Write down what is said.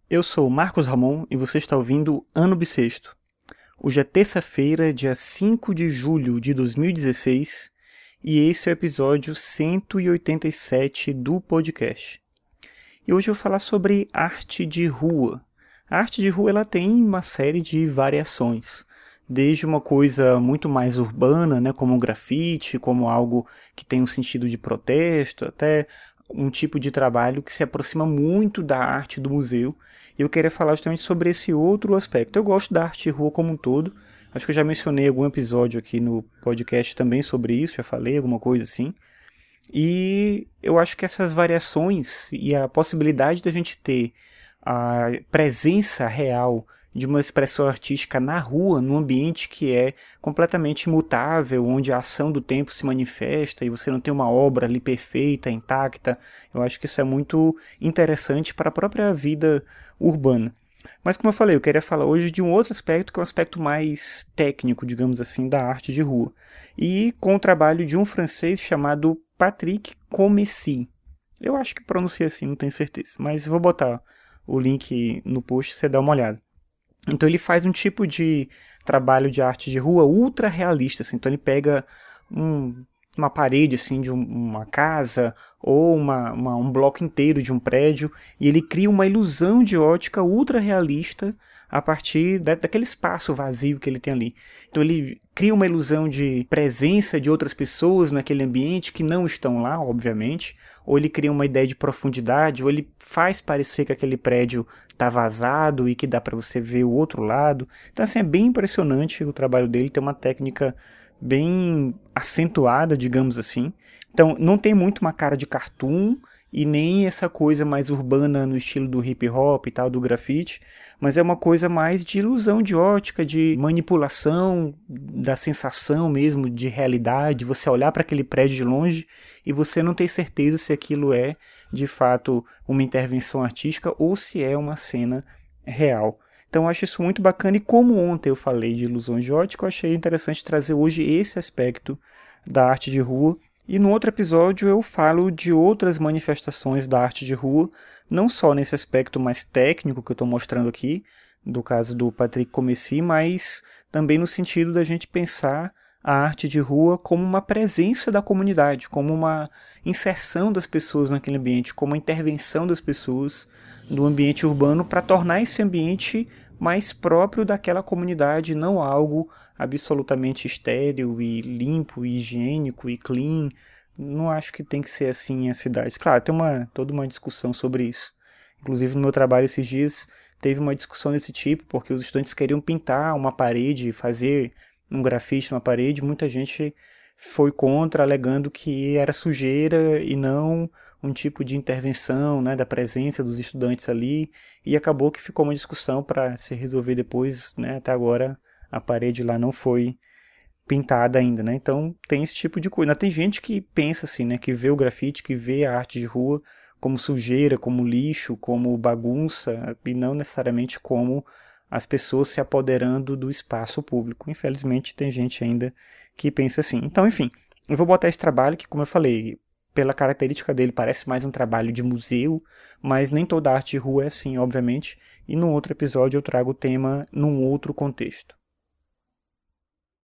Eu sou o Marcos Ramon e você está ouvindo Ano Bissexto. Hoje é terça-feira, dia 5 de julho de 2016, e esse é o episódio 187 do podcast. E hoje eu vou falar sobre arte de rua. A arte de rua ela tem uma série de variações, desde uma coisa muito mais urbana, né, como um grafite, como algo que tem um sentido de protesto, até um tipo de trabalho que se aproxima muito da arte do museu. E eu queria falar justamente sobre esse outro aspecto. Eu gosto da arte de rua como um todo. Acho que eu já mencionei algum episódio aqui no podcast também sobre isso, já falei alguma coisa assim. E eu acho que essas variações e a possibilidade da gente ter a presença real de uma expressão artística na rua, num ambiente que é completamente imutável, onde a ação do tempo se manifesta e você não tem uma obra ali perfeita, intacta, eu acho que isso é muito interessante para a própria vida urbana. Mas como eu falei, eu queria falar hoje de um outro aspecto, que é um aspecto mais técnico, digamos assim, da arte de rua. E com o trabalho de um francês chamado Patrick Comessis. Eu acho que pronuncia assim, não tenho certeza. Mas vou botar o link no post e você dá uma olhada. Então ele faz um tipo de trabalho de arte de rua ultra realista. Assim. Então ele pega uma parede assim de uma casa ou um bloco inteiro de um prédio e ele cria uma ilusão de ótica ultra realista a partir daquele espaço vazio que ele tem ali. Então ele cria uma ilusão de presença de outras pessoas naquele ambiente que não estão lá, obviamente, ou ele cria uma ideia de profundidade, ou ele faz parecer que aquele prédio está vazado e que dá para você ver o outro lado. Então assim, é bem impressionante o trabalho dele, tem uma técnica bem acentuada, digamos assim. Então, não tem muito uma cara de cartoon e nem essa coisa mais urbana no estilo do hip hop e tal, do grafite, mas é uma coisa mais de ilusão de ótica, de manipulação da sensação mesmo de realidade, você olhar para aquele prédio de longe e você não ter certeza se aquilo é de fato uma intervenção artística ou se é uma cena real. Então eu acho isso muito bacana e como ontem eu falei de ilusões de ótica, eu achei interessante trazer hoje esse aspecto da arte de rua. E no outro episódio eu falo de outras manifestações da arte de rua, não só nesse aspecto mais técnico que eu estou mostrando aqui, do caso do Patrick Comessis, mas também no sentido da gente pensar a arte de rua como uma presença da comunidade, como uma inserção das pessoas naquele ambiente, como uma intervenção das pessoas no ambiente urbano para tornar esse ambiente mais próprio daquela comunidade, não algo absolutamente estéril e limpo e higiênico e clean. Não acho que tem que ser assim em as cidades. Claro, tem toda uma discussão sobre isso. Inclusive no meu trabalho esses dias teve uma discussão desse tipo, porque os estudantes queriam pintar uma parede, fazer um grafite na parede, muita gente foi contra, alegando que era sujeira e não um tipo de intervenção, né, da presença dos estudantes ali, e acabou que ficou uma discussão para se resolver depois, né, até agora a parede lá não foi pintada ainda, né, então tem esse tipo de coisa. Tem gente que pensa assim, né, que vê o grafite, que vê a arte de rua como sujeira, como lixo, como bagunça, e não necessariamente como as pessoas se apoderando do espaço público. Infelizmente tem gente ainda que pensa assim. Então, enfim, eu vou botar esse trabalho que, como eu falei, pela característica dele parece mais um trabalho de museu, mas nem toda arte de rua é assim, obviamente, e no outro episódio eu trago o tema num outro contexto.